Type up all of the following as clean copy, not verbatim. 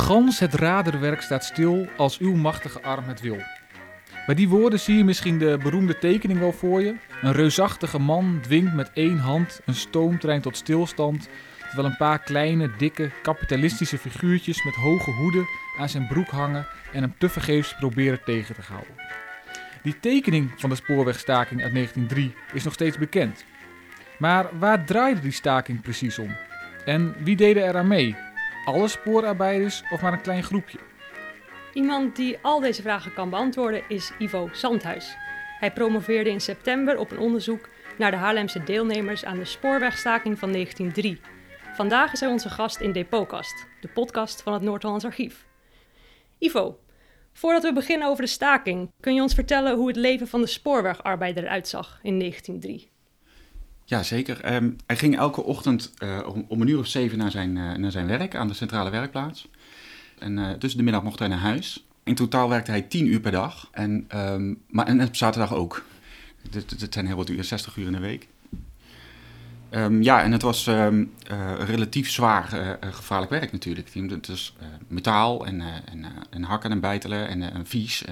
Gans het raderwerk staat stil als uw machtige arm het wil. Bij die woorden zie je misschien de beroemde tekening wel voor je. Een reusachtige man dwingt met één hand een stoomtrein tot stilstand, terwijl een paar kleine, dikke, kapitalistische figuurtjes met hoge hoeden aan zijn broek hangen en hem tevergeefs proberen tegen te houden. Die tekening van de spoorwegstaking uit 1903 is nog steeds bekend. Maar waar draaide die staking precies om? En wie deden er aan mee? Alle spoorarbeiders of maar een klein groepje? Iemand die al deze vragen kan beantwoorden is Ivo Zandhuis. Hij promoveerde in september op een onderzoek naar de Haarlemse deelnemers aan de spoorwegstaking van 1903. Vandaag is hij onze gast in Depotkast, de podcast van het Noord-Hollands Archief. Ivo, voordat we beginnen over de staking, kun je ons vertellen hoe het leven van de spoorwegarbeider eruit zag in 1903? Ja, zeker. Hij ging elke ochtend om 7:00 naar zijn werk aan de centrale werkplaats. En tussen de middag mocht hij naar huis. In totaal werkte hij 10 uur per dag. En op zaterdag ook. Dat zijn heel wat uur, 60 uur in de week. En het was relatief zwaar gevaarlijk werk natuurlijk. Het is metaal en hakken en bijtelen en vies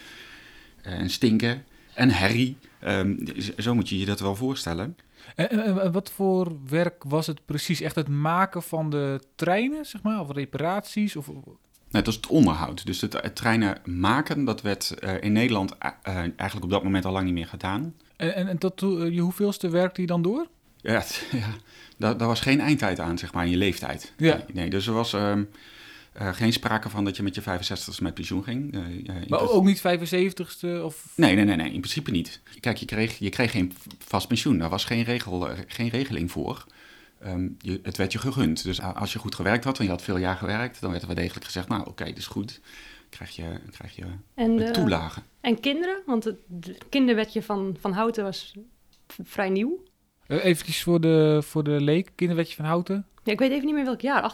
en stinken en herrie. Zo moet je je dat wel voorstellen. En wat voor werk was het precies? Echt het maken van de treinen, zeg maar? Of reparaties? Of... Het was het onderhoud. Dus het treinen maken, dat werd in Nederland eigenlijk op dat moment al lang niet meer gedaan. En tot je hoeveelste werkte je dan door? Ja, daar was geen eindtijd aan, zeg maar, in je leeftijd. Ja. Nee, dus er was geen sprake van dat je met je 65ste met pensioen ging. Maar ook niet 75ste? Of... Nee, in principe niet. Kijk, je kreeg geen vast pensioen. Daar was geen regeling voor. Het werd je gegund. Dus als je goed gewerkt had en je had veel jaar gewerkt, dan werd er wel degelijk gezegd, nou oké, dat is goed. Dan krijg je een toelage. En kinderen? Want het kinderwetje van Houten was vrij nieuw. Eventjes voor de leek, kinderwetje van Houten. Ja, ik weet even niet meer welk jaar,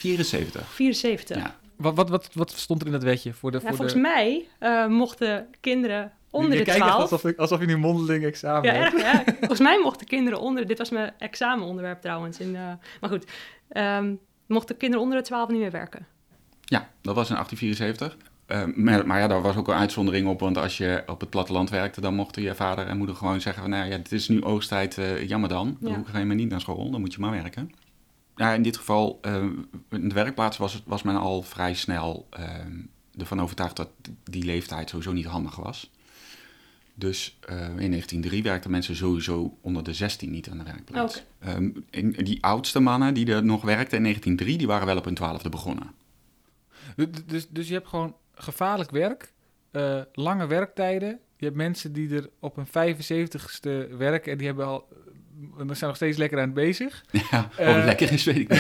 1874. Ja. Wat stond er in dat wetje? Volgens mij mochten kinderen onder de 12... Alsof je nu mondeling examen hebt. Ja, volgens mij mochten kinderen onder... Dit was mijn examenonderwerp trouwens. Maar goed, mochten kinderen onder de 12 niet meer werken. Ja, dat was in 1874. Maar ja, daar was ook een uitzondering op, want als je op het platteland werkte, dan mochten je vader en moeder gewoon zeggen van, nou ja, het is nu oogsttijd, jammer dan ga je maar niet naar school, dan moet je maar werken. Ja, in dit geval, in de werkplaats was men al vrij snel ervan overtuigd dat die leeftijd sowieso niet handig was. Dus in 1903 werkten mensen sowieso onder de 16 niet aan de werkplaats. Okay. Die oudste mannen die er nog werkten in 1903, die waren wel op hun 12e begonnen. Dus je hebt gewoon gevaarlijk werk, lange werktijden. Je hebt mensen die er op hun 75ste werken en die hebben al... We zijn nog steeds lekker aan het bezig. Ja, lekker is, weet ik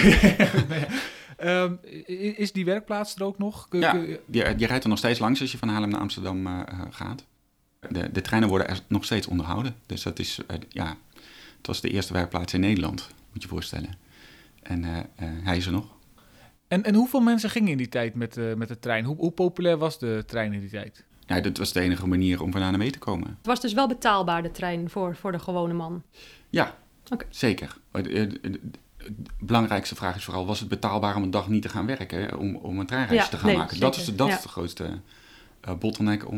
niet. Is die werkplaats er ook nog? Je rijdt er nog steeds langs als je van Haarlem naar Amsterdam gaat. De treinen worden er nog steeds onderhouden. Dus dat is, het was de eerste werkplaats in Nederland, moet je voorstellen. En hij is er nog. En hoeveel mensen gingen in die tijd met de trein? Hoe populair was de trein in die tijd? Ja, dat was de enige manier om van A naar B te komen. Het was dus wel betaalbaar, de trein, voor de gewone man? Ja, okay. Zeker. De belangrijkste vraag is vooral, was het betaalbaar om een dag niet te gaan werken, om een treinreis te gaan maken? Zeker. Dat is de grootste bottleneck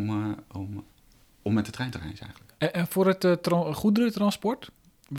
om met de trein te reizen eigenlijk. En voor het goederentransport,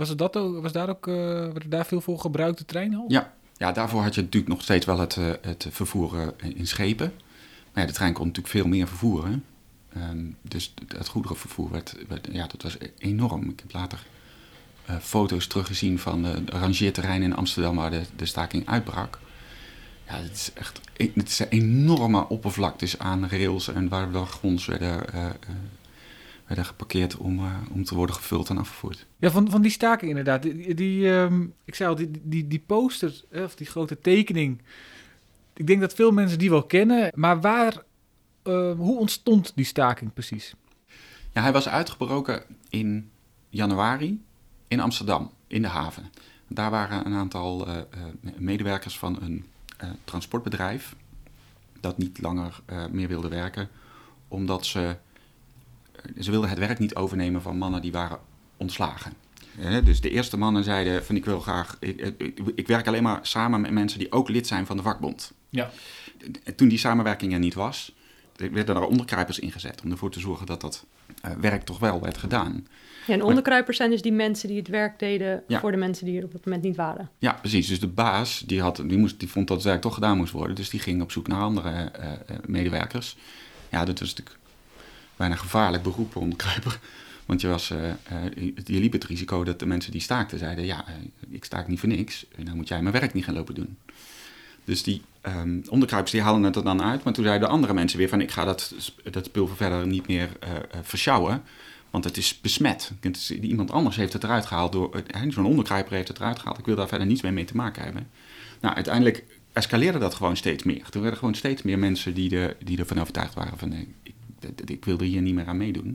werd daar veel voor gebruikt, de trein al? Ja, daarvoor had je natuurlijk nog steeds wel het vervoeren in schepen. Maar ja, de trein kon natuurlijk veel meer vervoeren. Dus het goederenvervoer dat was enorm. Ik heb later foto's teruggezien van de rangeerterrein in Amsterdam waar de staking uitbrak. Ja, het is een enorme oppervlaktes aan rails en waar wagons werden geparkeerd om te worden gevuld en afgevoerd. Ja, van die staking inderdaad. Ik zei al, die poster, of die grote tekening. Ik denk dat veel mensen die wel kennen. Maar hoe ontstond die staking precies? Ja, hij was uitgebroken in januari in Amsterdam, in de haven. Daar waren een aantal medewerkers van een transportbedrijf dat niet langer meer wilde werken, omdat ze wilden het werk niet overnemen van mannen die waren ontslagen. Dus de eerste mannen zeiden van ik wil graag, ik werk alleen maar samen met mensen die ook lid zijn van de vakbond. Ja. toen die samenwerking er niet was, werden er onderkruipers ingezet om ervoor te zorgen dat dat werk toch wel werd gedaan. Ja, en onderkruipers zijn dus die mensen die het werk deden voor de mensen die er op dat moment niet waren. Ja, precies. Dus de baas die vond dat het werk toch gedaan moest worden. Dus die ging op zoek naar andere medewerkers. Ja, dat was natuurlijk bijna een gevaarlijk beroep, onderkruiper. Want je liep het risico dat de mensen die staakten zeiden, ik staak niet voor niks. En dan moet jij mijn werk niet gaan lopen doen. Dus die onderkruipers die haalden het er dan uit. Maar toen zeiden de andere mensen weer van, ik ga dat spul verder niet meer versjouwen. Want het is besmet. Iemand anders heeft het eruit gehaald. Zo'n onderkruiper heeft het eruit gehaald. Ik wil daar verder niets meer mee te maken hebben. Nou, uiteindelijk escaleerde dat gewoon steeds meer. Er werden gewoon steeds meer mensen die ervan overtuigd waren van, nee, ik wil er hier niet meer aan meedoen.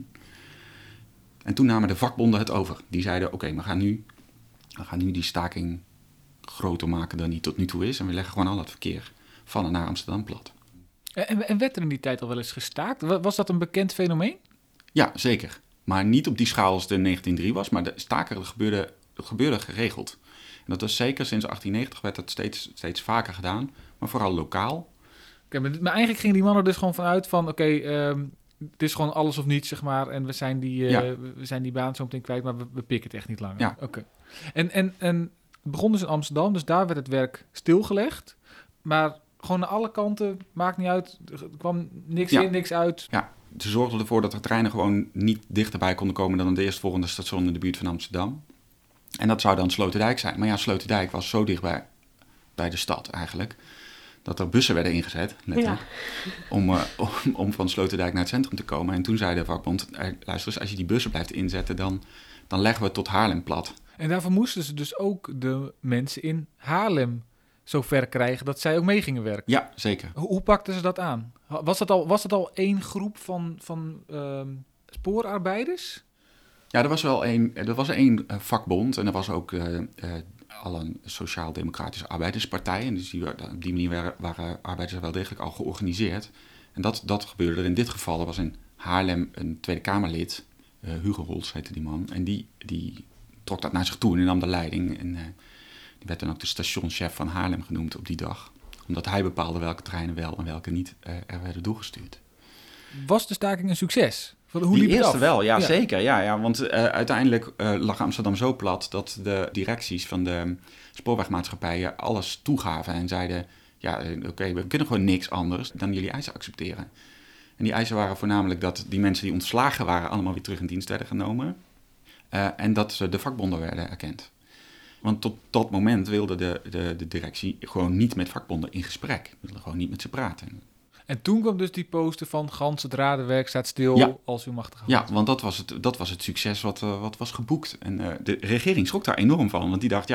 En toen namen de vakbonden het over. Die zeiden, oké, we gaan nu die staking groter maken dan die tot nu toe is. En we leggen gewoon al het verkeer van en naar Amsterdam plat. En werd er in die tijd al wel eens gestaakt? Was dat een bekend fenomeen? Ja, zeker. Maar niet op die schaal als het in 1903 was. Maar de staken gebeurde geregeld. En dat was zeker sinds 1890 werd dat steeds vaker gedaan. Maar vooral lokaal. Okay, maar eigenlijk gingen die mannen dus gewoon vanuit van... het is gewoon alles of niets, zeg maar. En we zijn die baan zo meteen kwijt, maar we pikken het echt niet langer. Ja. Okay. En het begon dus in Amsterdam, dus daar werd het werk stilgelegd. Maar gewoon aan alle kanten, maakt niet uit. Er kwam niks in, niks uit. Ja, ze zorgden ervoor dat de treinen gewoon niet dichterbij konden komen dan het eerstvolgende station in de buurt van Amsterdam. En dat zou dan Sloterdijk zijn. Maar ja, Sloterdijk was zo dichtbij bij de stad eigenlijk, dat er bussen werden ingezet, letterlijk, om van Sloterdijk naar het centrum te komen. En toen zei de vakbond, luister eens, als je die bussen blijft inzetten, dan leggen we het tot Haarlem plat. En daarvoor moesten ze dus ook de mensen in Haarlem zo ver krijgen dat zij ook mee gingen werken. Ja, zeker. Hoe pakten ze dat aan? Was dat al één groep van spoorarbeiders? Ja, er was één vakbond en er was ook al een sociaal-democratische arbeiderspartij. En dus op die manier waren arbeiders wel degelijk al georganiseerd. En dat gebeurde er in dit geval. Er was in Haarlem een Tweede Kamerlid, Hugo Holtz heette die man. En die trok dat naar zich toe en nam de leiding. En die werd dan ook de stationschef van Haarlem genoemd op die dag. Omdat hij bepaalde welke treinen wel en welke niet er werden doorgestuurd. Was de staking een succes? Hoe die liep het eerste af? wel, ja, zeker. Ja, want uiteindelijk lag Amsterdam zo plat dat de directies van de spoorwegmaatschappijen alles toegaven en zeiden, oké, we kunnen gewoon niks anders dan jullie eisen accepteren. En die eisen waren voornamelijk dat die mensen die ontslagen waren allemaal weer terug in dienst werden genomen en dat de vakbonden werden erkend. Want tot dat moment wilde de directie gewoon niet met vakbonden in gesprek. Wilde gewoon niet met ze praten. En toen kwam dus die poster van gans het radenwerk staat stil als uw machtige hand. Ja, want dat was het succes wat was geboekt. En de regering schrok daar enorm van, want die dacht,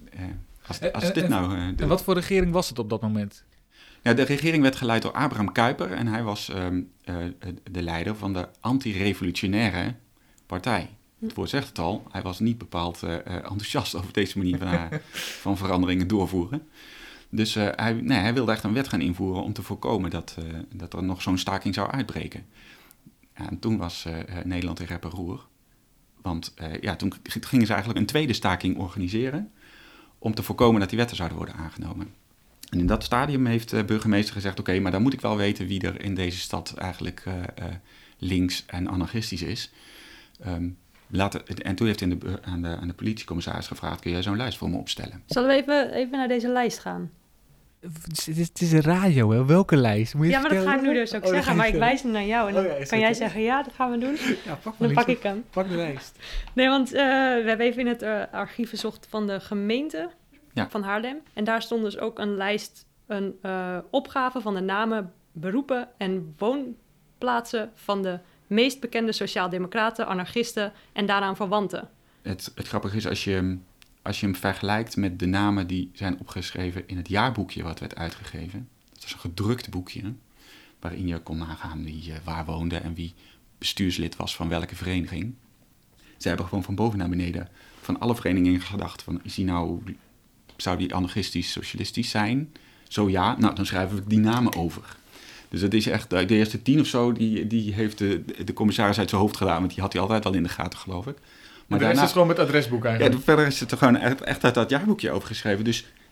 En wat voor regering was het op dat moment? Ja, de regering werd geleid door Abraham Kuyper en hij was de leider van de anti-revolutionaire partij. Het woord zegt het al, hij was niet bepaald enthousiast over deze manier van veranderingen doorvoeren. Dus hij wilde echt een wet gaan invoeren om te voorkomen dat er nog zo'n staking zou uitbreken. Ja, en toen was Nederland in rep en roer. Want toen gingen ze eigenlijk een tweede staking organiseren om te voorkomen dat die wetten zouden worden aangenomen. En in dat stadium heeft de burgemeester gezegd, oké, maar dan moet ik wel weten wie er in deze stad eigenlijk links en anarchistisch is. En toen heeft hij aan de politiecommissaris gevraagd, kun jij zo'n lijst voor me opstellen? Zullen we even naar deze lijst gaan? Het is een radio, hè? Welke lijst? Moet je maar dat ga ik nu dus ook zeggen. Maar ik wijs hem naar jou. En dan kan jij zeggen, ja, dat gaan we doen. Ja, dan pak ik hem. Pak de lijst. Nee, want we hebben even in het archief gezocht van de gemeente van Haarlem. En daar stond dus ook een lijst, een opgave van de namen, beroepen en woonplaatsen van de meest bekende sociaaldemocraten, anarchisten en daaraan verwanten. Het grappige is, als je hem vergelijkt met de namen die zijn opgeschreven in het jaarboekje wat werd uitgegeven. Dat is een gedrukt boekje, waarin je kon nagaan wie waar woonde en wie bestuurslid was van welke vereniging. Ze hebben gewoon van boven naar beneden van alle verenigingen gedacht van, zou die anarchistisch, socialistisch zijn? Zo ja, nou dan schrijven we die namen over. Dus dat is echt, de eerste 10 of zo, die heeft de commissaris uit zijn hoofd gedaan, want die had hij altijd al in de gaten, geloof ik. Maar de rest is gewoon met adresboek eigenlijk. Ja, verder is het er gewoon echt uit dat jaarboekje overgeschreven. Dus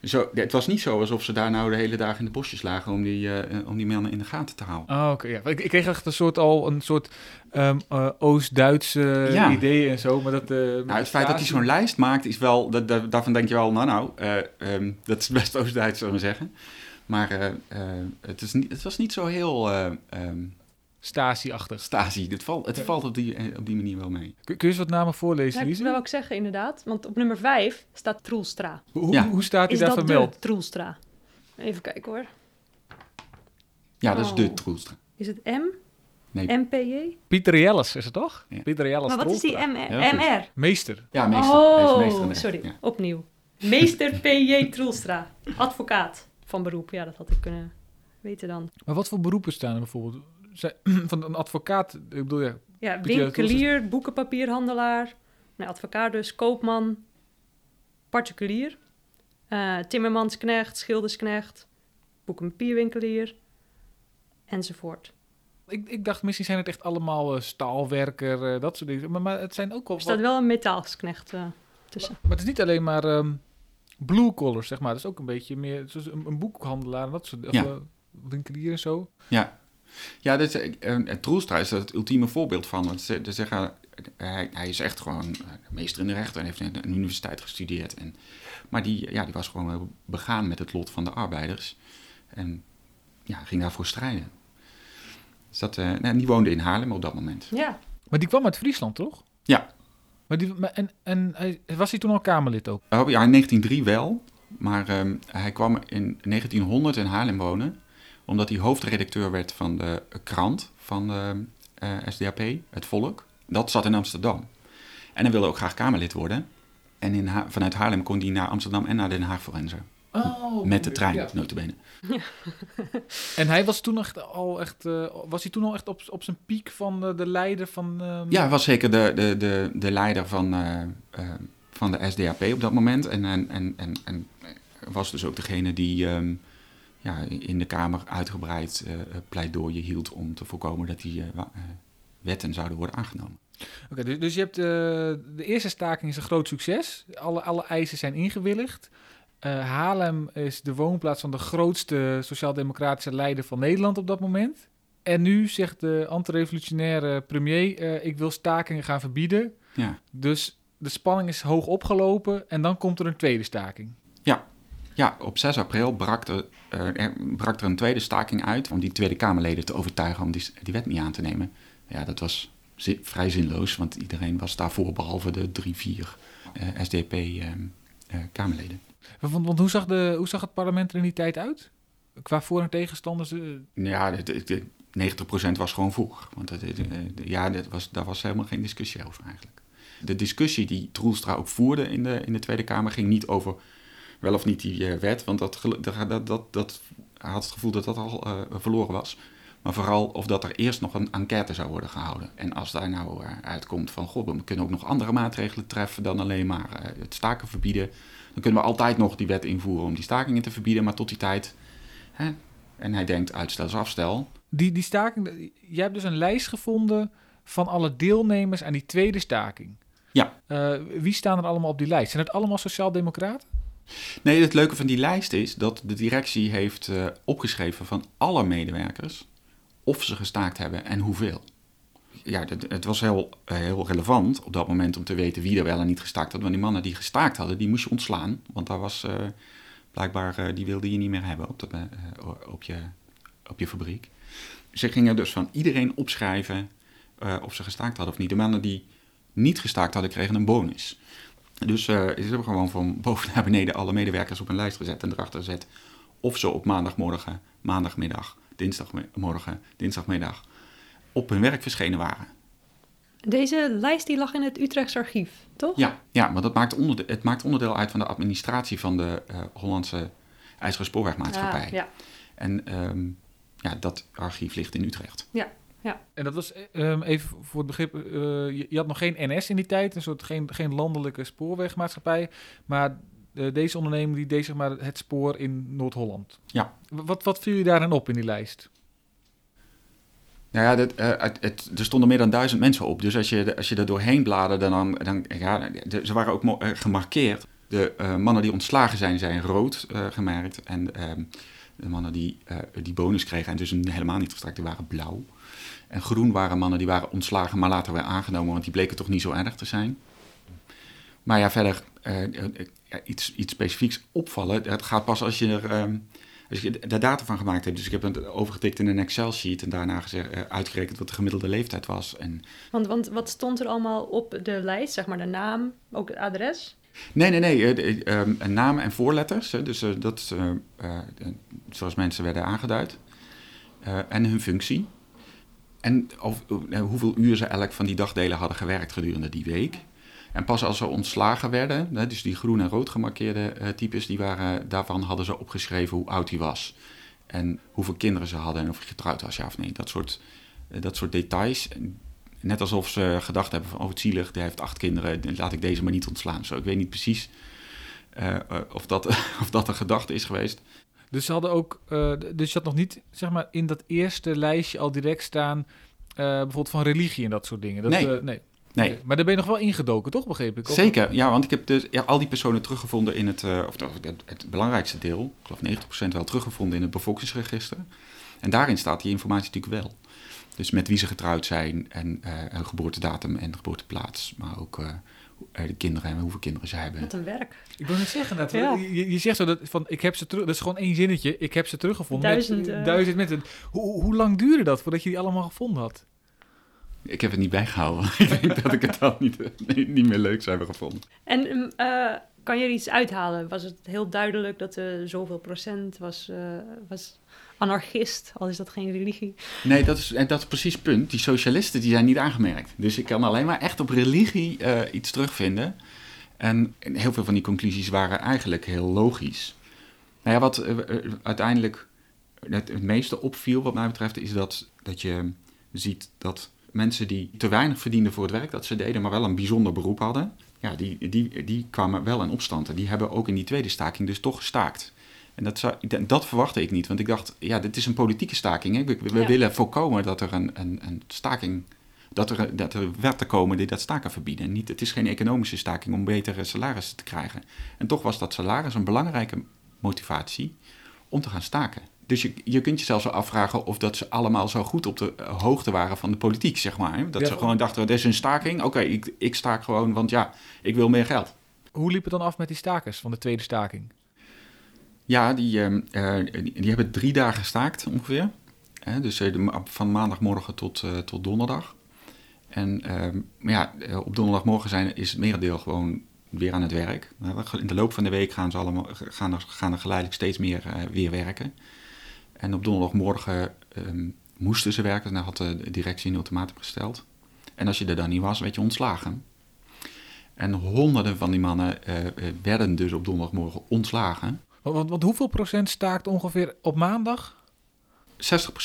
Het was niet zo alsof ze daar nou de hele dag in de bosjes lagen om die mannen in de gaten te houden. Oh, oké. Ja. Ik kreeg echt een soort Oost-Duitse ideeën en zo. Maar het feit dat hij zo'n lijst maakt is wel... daarvan denk je wel, dat is best Oost-Duits, zou ik maar zeggen. Maar het was niet zo heel... Stasi-achtig. Stasi. Het valt op die manier wel mee. Kun je eens wat namen voorlezen, Dat Lise? wil ik zeggen, inderdaad. Want op nummer 5 staat Troelstra. Hoe staat hij Is daar dat vermeld? de Troelstra? Even kijken hoor. Ja, dat is de Troelstra. Is het M? Nee. MPJ? Pieter Jelles is het toch? Ja. Pieter Jelles. Maar wat is die Heel goed. MR? Meester. Ja, meester. Hij is meester in de recht, Sorry. ja. Opnieuw. Meester P.J. Troelstra. Advocaat van beroep. Ja, dat had ik kunnen weten dan. Maar wat voor beroepen staan er bijvoorbeeld? Van een advocaat, ik bedoel ja. Ja, Pieter winkelier, boekenpapierhandelaar. Nee, advocaat dus, koopman, particulier. Timmermansknecht, schildersknecht, boekenpapierwinkelier, enzovoort. Ik dacht, misschien zijn het echt allemaal staalwerker, dat soort dingen. Maar het zijn ook wel... Er staat wel een metaalsknecht tussen. Maar het is niet alleen maar blue collars, zeg maar. Het is ook een beetje meer zoals een boekhandelaar en dat soort winkelier en zo. Ja. Ja, Troelstra is het ultieme voorbeeld van. Want ze zeggen, hij is echt gewoon meester in de recht en heeft een universiteit gestudeerd. Maar die was gewoon begaan met het lot van de arbeiders. En ging daarvoor strijden. Dus die woonde in Haarlem op dat moment. Ja. Maar die kwam uit Friesland, toch? Ja. Was hij toen al Kamerlid ook? Ja, in 1903 wel. Maar hij kwam in 1900 in Haarlem wonen. Omdat hij hoofdredacteur werd van de krant van de SDAP, Het Volk. Dat zat in Amsterdam. En hij wilde ook graag Kamerlid worden. En vanuit Haarlem kon hij naar Amsterdam en naar Den Haag verrenzen. Oh, met de trein, notabene. Ja. En hij was toen al echt op zijn piek van de leider van... Ja, hij was zeker de leider van de SDAP op dat moment. En was dus ook degene die in de Kamer uitgebreid pleidooi hield om te voorkomen dat die wetten zouden worden aangenomen. Oké, dus je hebt de eerste staking is een groot succes. Alle eisen zijn ingewilligd. Haarlem is de woonplaats van de grootste sociaal-democratische leider van Nederland op dat moment. En nu zegt de antirevolutionaire premier, ik wil stakingen gaan verbieden. Ja. Dus de spanning is hoog opgelopen en dan komt er een tweede staking. Ja, op 6 april brak er een tweede staking uit om die Tweede Kamerleden te overtuigen om die wet niet aan te nemen. Ja, dat was vrij zinloos, want iedereen was daarvoor behalve de 3-4 SDP-Kamerleden. Want hoe zag het parlement er in die tijd uit? Qua voor- en tegenstanders? Ja, 90% was gewoon voor. Want daar was helemaal geen discussie over eigenlijk. De discussie die Troelstra ook voerde in de Tweede Kamer ging niet over wel of niet die wet. Want dat had het gevoel dat dat al verloren was. Maar vooral of dat er eerst nog een enquête zou worden gehouden. En als daar nou uitkomt van, we kunnen ook nog andere maatregelen treffen dan alleen maar het staken verbieden. Dan kunnen we altijd nog die wet invoeren om die stakingen te verbieden. Maar tot die tijd, en hij denkt uitstel is afstel. Die staking, jij hebt dus een lijst gevonden van alle deelnemers aan die tweede staking. Ja. Wie staan er allemaal op die lijst? Zijn het allemaal sociaaldemocraten? Nee, het leuke van die lijst is dat de directie heeft opgeschreven van alle medewerkers of ze gestaakt hebben en hoeveel. Ja, het was heel relevant op dat moment om te weten wie er wel en niet gestaakt had. Want die mannen die gestaakt hadden, die moest je ontslaan. Want daar was blijkbaar, die wilde je niet meer hebben op je fabriek. Ze gingen dus van iedereen opschrijven of ze gestaakt hadden of niet. De mannen die niet gestaakt hadden, kregen een bonus. Dus ze hebben gewoon van boven naar beneden alle medewerkers op een lijst gezet en erachter gezet of ze op maandagmorgen, maandagmiddag, dinsdagmorgen, dinsdagmiddag op hun werk verschenen waren. Deze lijst die lag in het Utrechtse archief, toch? Ja, maar het maakt onderdeel uit van de administratie van de Hollandse IJzeren Spoorwegmaatschappij. Ja. En dat archief ligt in Utrecht. Ja. En dat was, even voor het begrip, je had nog geen NS in die tijd, een soort geen landelijke spoorwegmaatschappij, maar deze onderneming die deed zeg maar het spoor in Noord-Holland. Ja. Wat viel je daarin op in die lijst? Nou ja, er stonden meer dan 1000 mensen op. Dus als je er doorheen bladerde, ze waren ook gemarkeerd. De mannen die ontslagen zijn rood gemerkt. En de mannen die bonus kregen en dus helemaal niet gestrakt, die waren blauw. En groen waren mannen die waren ontslagen, maar later weer aangenomen, want die bleken toch niet zo erg te zijn. Maar ja, verder iets specifieks opvallen. Het gaat pas als je er data van gemaakt hebt. Dus ik heb het overgetikt in een Excel-sheet en daarna uitgerekend wat de gemiddelde leeftijd was. Want wat stond er allemaal op de lijst? Zeg maar de naam, ook het adres? Nee. Naam en voorletters. Dus dat zoals mensen werden aangeduid. En hun functie. En hoeveel uur ze elk van die dagdelen hadden gewerkt gedurende die week. En pas als ze ontslagen werden, dus die groen en rood gemarkeerde types, daarvan hadden ze opgeschreven hoe oud hij was. En hoeveel kinderen ze hadden en of hij getrouwd was, ja of nee. Dat soort details. Net alsof ze gedacht hebben van, het zielig, die heeft 8 kinderen, laat ik deze maar niet ontslaan. Zo, ik weet niet precies of dat een gedachte is geweest. Dus ze hadden ook, dus je had nog niet, zeg maar, in dat eerste lijstje al direct staan, bijvoorbeeld van religie en dat soort dingen. Nee. Okay. Maar daar ben je nog wel ingedoken, toch, begreep ik? Zeker, ja, want ik heb dus al die personen teruggevonden in het belangrijkste deel, ik geloof 90% wel teruggevonden in het bevolkingsregister. En daarin staat die informatie natuurlijk wel. Dus met wie ze getrouwd zijn en hun geboortedatum en geboorteplaats, maar ook de kinderen en hoeveel kinderen ze hebben. Wat een werk. Ik wil net zeggen, dat je zegt zo, ik heb ze terug, dat is gewoon 1 zinnetje, ik heb ze teruggevonden. 1000 mensen. Hoe lang duurde dat voordat je die allemaal gevonden had? Ik heb het niet bijgehouden. Ik denk dat ik het dan niet meer leuk zou hebben gevonden. En kan je er iets uithalen? Was het heel duidelijk dat zoveel procent was anarchist, al is dat geen religie? Nee, dat is precies het punt. Die socialisten die zijn niet aangemerkt. Dus ik kan alleen maar echt op religie iets terugvinden. En heel veel van die conclusies waren eigenlijk heel logisch. Nou ja, wat uiteindelijk het meeste opviel wat mij betreft is dat je ziet dat mensen die te weinig verdienden voor het werk dat ze deden, maar wel een bijzonder beroep hadden, ja, die kwamen wel in opstand. En die hebben ook in die tweede staking dus toch gestaakt. En dat verwachtte ik niet, want ik dacht, ja, dit is een politieke staking. Hè? We willen voorkomen dat er een staking, dat er wetten komen die dat staken verbieden. Het is geen economische staking om betere salarissen te krijgen. En toch was dat salaris een belangrijke motivatie om te gaan staken. Dus je kunt jezelf zo afvragen of dat ze allemaal zo goed op de hoogte waren van de politiek, zeg maar. Hè? Dat ze gewoon dachten, dit is een staking, oké, ik staak gewoon, want ja, ik wil meer geld. Hoe liep het dan af met die stakers van de tweede staking? Ja, die hebben 3 dagen gestaakt ongeveer. Dus van maandagmorgen tot donderdag. En op donderdagmorgen is het merendeel gewoon weer aan het werk. In de loop van de week gaan er geleidelijk steeds meer weer werken. En op donderdagmorgen moesten ze werken. Dan had de directie een ultimatum gesteld. En als je er dan niet was, werd je ontslagen. En honderden van die mannen werden dus op donderdagmorgen ontslagen. Want hoeveel procent staakt ongeveer op maandag? 60%.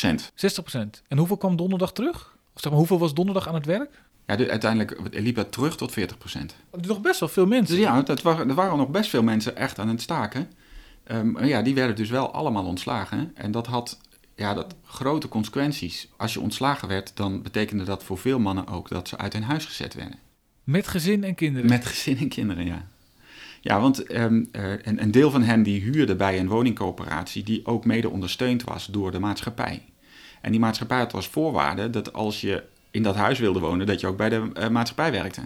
60%. En hoeveel kwam donderdag terug? Of zeg maar, hoeveel was donderdag aan het werk? Ja, uiteindelijk liep het terug tot 40%. Dat is nog best wel veel mensen. Dus ja, er waren nog best veel mensen echt aan het staken. Die werden dus wel allemaal ontslagen. En dat had grote consequenties. Als je ontslagen werd, dan betekende dat voor veel mannen ook dat ze uit hun huis gezet werden. Met gezin en kinderen? Met gezin en kinderen, ja. Ja, want een deel van hen die huurde bij een woningcoöperatie die ook mede ondersteund was door de maatschappij. En die maatschappij had als voorwaarde dat als je in dat huis wilde wonen, dat je ook bij de maatschappij werkte.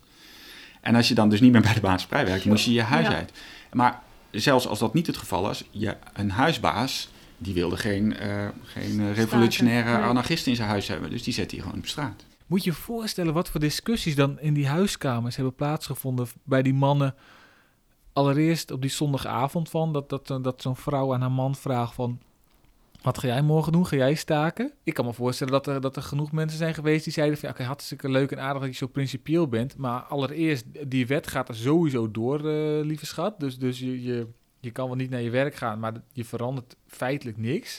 En als je dan dus niet meer bij de maatschappij werkte, moest je je huis uit. Maar zelfs als dat niet het geval was, een huisbaas, die wilde geen revolutionaire anarchisten in zijn huis hebben. Dus die zette hij gewoon op straat. Moet je je voorstellen wat voor discussies dan in die huiskamers hebben plaatsgevonden bij die mannen. Allereerst op die zondagavond dat zo'n vrouw aan haar man vraagt van, wat ga jij morgen doen? Ga jij staken? Ik kan me voorstellen dat er genoeg mensen zijn geweest die zeiden van, oké, hartstikke leuk en aardig dat je zo principieel bent, maar allereerst, die wet gaat er sowieso door, lieve schat. Dus je kan wel niet naar je werk gaan, maar je verandert feitelijk niks.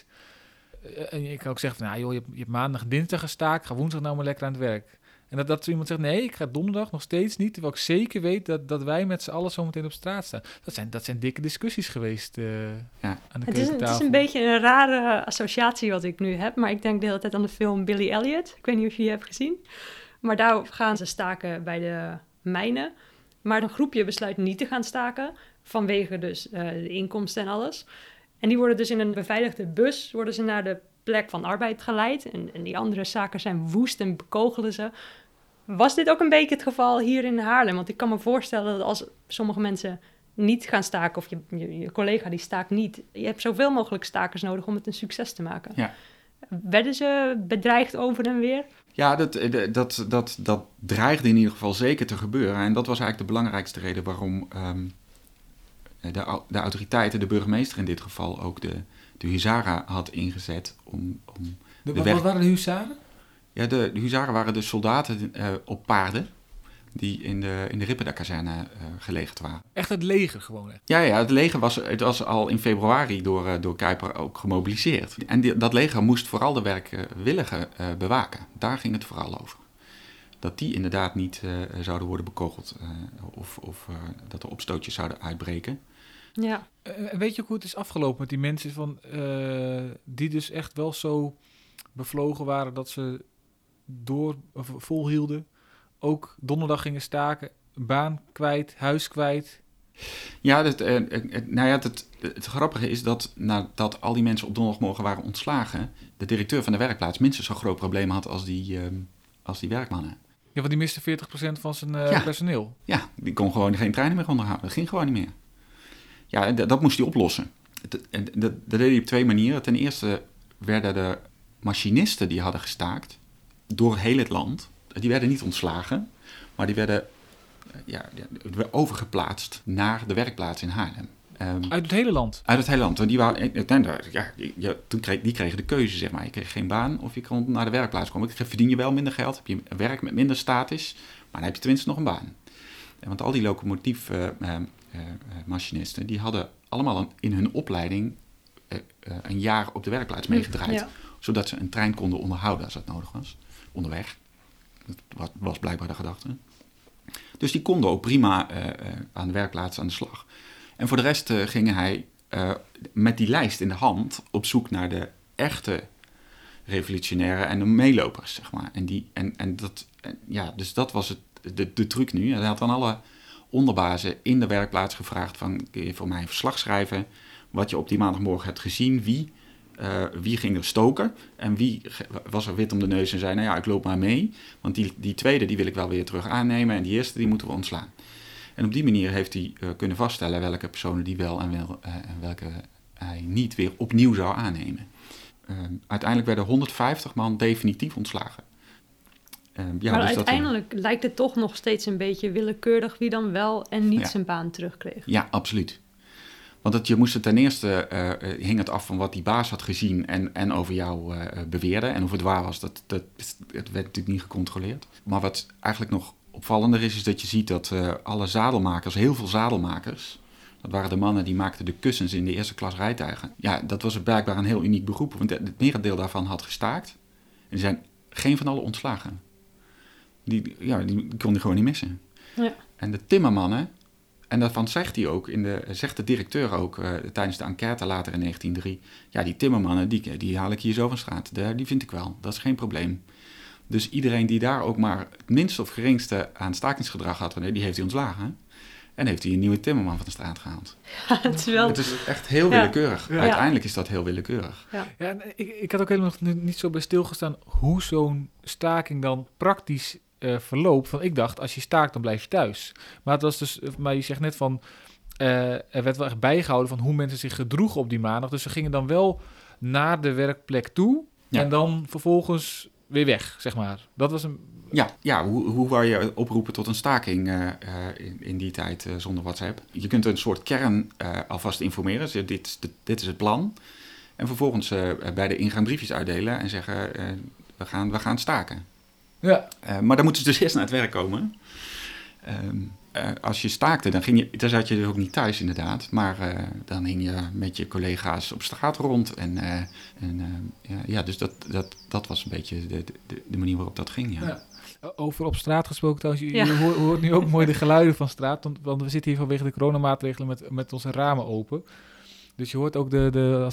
En je kan ook zeggen van, nou joh, je hebt maandag en dinsdag gestaakt, ga woensdag nou maar lekker aan het werk. En dat iemand zegt, nee, ik ga donderdag nog steeds niet, terwijl ik zeker weet dat wij met z'n allen zo meteen op straat staan. Dat zijn dikke discussies geweest aan de keukentafel. Het is een beetje een rare associatie wat ik nu heb, maar ik denk de hele tijd aan de film Billy Elliot. Ik weet niet of je die hebt gezien. Maar daar gaan ze staken bij de mijnen. Maar een groepje besluit niet te gaan staken, vanwege dus de inkomsten en alles. En die worden dus in een beveiligde bus naar de plek van arbeid geleid. En die andere stakers zijn woest en bekogelen ze. Was dit ook een beetje het geval hier in Haarlem? Want ik kan me voorstellen dat als sommige mensen niet gaan staken, of je collega die staakt niet, je hebt zoveel mogelijk stakers nodig om het een succes te maken. Ja. Werden ze bedreigd over en weer? Ja, dat dreigde in ieder geval zeker te gebeuren. En dat was eigenlijk de belangrijkste reden waarom de autoriteiten, de burgemeester in dit geval, ook de huzaren had ingezet om Wat waren de huzaren? Ja, de huzaren waren de soldaten op paarden die in de Ripperda-kazerne gelegerd waren. Echt het leger gewoon? Echt. Ja, het leger was al in februari door Kuiper ook gemobiliseerd. En dat leger moest vooral de werkwilligen bewaken. Daar ging het vooral over. Dat die inderdaad niet zouden worden bekogeld of dat er opstootjes zouden uitbreken. Ja. Weet je ook hoe het is afgelopen met die mensen die dus echt wel zo bevlogen waren dat ze volhielden, ook donderdag gingen staken, baan kwijt, huis kwijt? Ja, het grappige is dat nadat al die mensen op donderdagmorgen waren ontslagen, de directeur van de werkplaats minstens zo'n groot probleem had als die werkmannen. Ja, want die miste 40% van zijn personeel. Ja, die kon gewoon geen treinen meer onderhouden. Dat ging gewoon niet meer. Ja, dat moest hij oplossen. Dat deed hij op 2 manieren. Ten eerste werden de machinisten die hadden gestaakt door heel het land. Die werden niet ontslagen, maar die werden overgeplaatst naar de werkplaats in Haarlem. Uit het hele land? Uit het hele land. Want die kregen de keuze, zeg maar. Je kreeg geen baan of je kon naar de werkplaats komen. Verdien je wel minder geld, heb je werk met minder status, maar dan heb je tenminste nog een baan. Want al die locomotiefmachinisten, die hadden allemaal in hun opleiding een jaar op de werkplaats meegedraaid. Ja. Zodat ze een trein konden onderhouden als dat nodig was. Onderweg. Dat was blijkbaar de gedachte. Dus die konden ook prima aan de werkplaats aan de slag. En voor de rest ging hij met die lijst in de hand op zoek naar de echte revolutionairen en de meelopers, zeg maar. Dus dat was de truc nu. Hij had aan alle onderbazen in de werkplaats gevraagd van, kun je voor mij een verslag schrijven wat je op die maandagmorgen hebt gezien, wie ging er stoken en wie was er wit om de neus en zei, nou ja, ik loop maar mee, want die tweede die wil ik wel weer terug aannemen en die eerste die moeten we ontslaan. En op die manier heeft hij kunnen vaststellen welke personen die wel en welke hij niet weer opnieuw zou aannemen. Uiteindelijk werden 150 man definitief ontslagen. Maar dus uiteindelijk lijkt het toch nog steeds een beetje willekeurig wie dan wel en niet zijn baan terugkreeg. Ja, absoluut. Want je moest ten eerste, hing het af van wat die baas had gezien en over jou beweerde. En of het waar was, het werd natuurlijk niet gecontroleerd. Maar wat eigenlijk nog opvallender is dat je ziet dat alle zadelmakers, heel veel zadelmakers, dat waren de mannen die maakten de kussens in de eerste klas rijtuigen. Ja, dat was blijkbaar een heel uniek beroep, want het merendeel daarvan had gestaakt. En er zijn geen van alle ontslagen. Die kon hij gewoon niet missen. Ja. En de timmermannen, en daarvan zegt hij ook, zegt de directeur ook tijdens de enquête later in 1903, ja, die timmermannen, die haal ik hier zo van straat. Die vind ik wel, dat is geen probleem. Dus iedereen die daar ook maar het minste of geringste aan stakingsgedrag had, die heeft hij ontslagen. En heeft hij een nieuwe timmerman van de straat gehaald. Ja, het is echt heel willekeurig. Ja. Uiteindelijk is dat heel willekeurig. Ja, ik had ook helemaal nog niet zo bij stilgestaan hoe zo'n staking dan praktisch verloopt. Van, ik dacht, als je staakt, dan blijf je thuis. Maar het was dus, maar je zegt net van, er werd wel echt bijgehouden van hoe mensen zich gedroegen op die maandag. Dus ze gingen dan wel naar de werkplek toe en dan vervolgens weer weg, zeg maar. Dat was een... Ja, hoe wou je oproepen tot een staking in die tijd zonder WhatsApp? Je kunt een soort kern alvast informeren. Dus dit is het plan. En vervolgens bij de ingang briefjes uitdelen en zeggen, we gaan staken. Ja. Maar dan moeten ze dus eerst naar het werk komen. Als je staakte, dan zat je dus ook niet thuis inderdaad. Maar dan hing je met je collega's op straat rond. Dus dat was een beetje de manier waarop dat ging, ja. Over op straat gesproken trouwens, je hoort nu ook mooi de geluiden van straat. Want we zitten hier vanwege de coronamaatregelen met onze ramen open. Dus je hoort ook de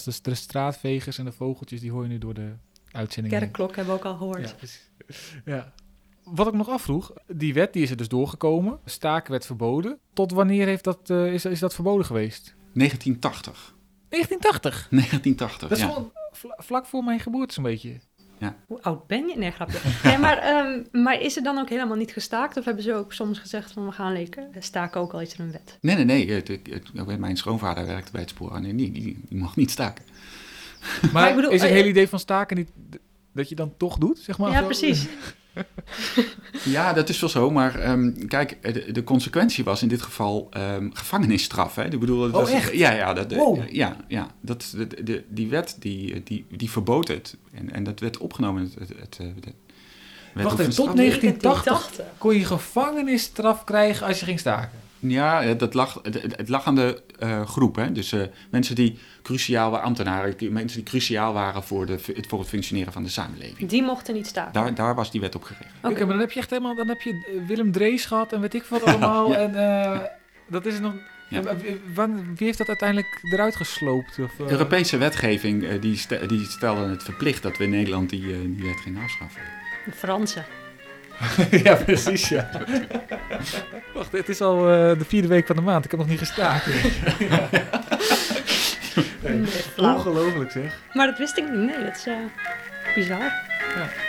straatvegers en de vogeltjes, die hoor je nu door de uitzending. Kerkklok hebben we ook al gehoord. Ja. wat ik nog afvroeg, die wet die is er dus doorgekomen. Staken werd verboden. Tot wanneer heeft is dat verboden geweest? 1980. 1980? 1980, Dat is ja. gewoon vlak voor mijn geboorte zo'n beetje. Hoe oud ben je? Nee, grapje. Ja, maar is er dan ook helemaal niet gestaakt? Of hebben ze ook soms gezegd van we gaan lekker staken ook al is er een wet? Nee. Mijn schoonvader werkte bij het spoor en die mag niet staken. Maar ik bedoel, is het hele idee van staken niet dat je dan toch doet, zeg maar? Ja, Zo? precies. Ja, dat is wel zo, maar kijk, de consequentie was in dit geval gevangenisstraf. Hè? Ik bedoel, dat was, echt? Ja. Die wet die verbood het. En dat werd opgenomen. Wacht even, tot 1980 kon je gevangenisstraf krijgen als je ging staken? Ja, het lag aan de groep. Hè? Dus mensen die cruciaal waren, ambtenaren, mensen die cruciaal waren voor het functioneren van de samenleving. Die mochten niet staken. Daar was die wet op gericht. Oké, maar dan heb je echt helemaal, dan heb je Willem Drees gehad en weet ik wat allemaal. Ja. En dat is nog. Ja. Wie heeft dat uiteindelijk eruit gesloopt? Of, Europese wetgeving die stelde het verplicht dat we in Nederland die wet gingen afschaffen. De Fransen. Ja, precies, ja. Wacht, het is al de 4e week van de maand. Ik heb nog niet gestaakt. Nee, flauw. Ongelooflijk zeg. Maar dat wist ik niet. Nee, dat is bizar. Ja.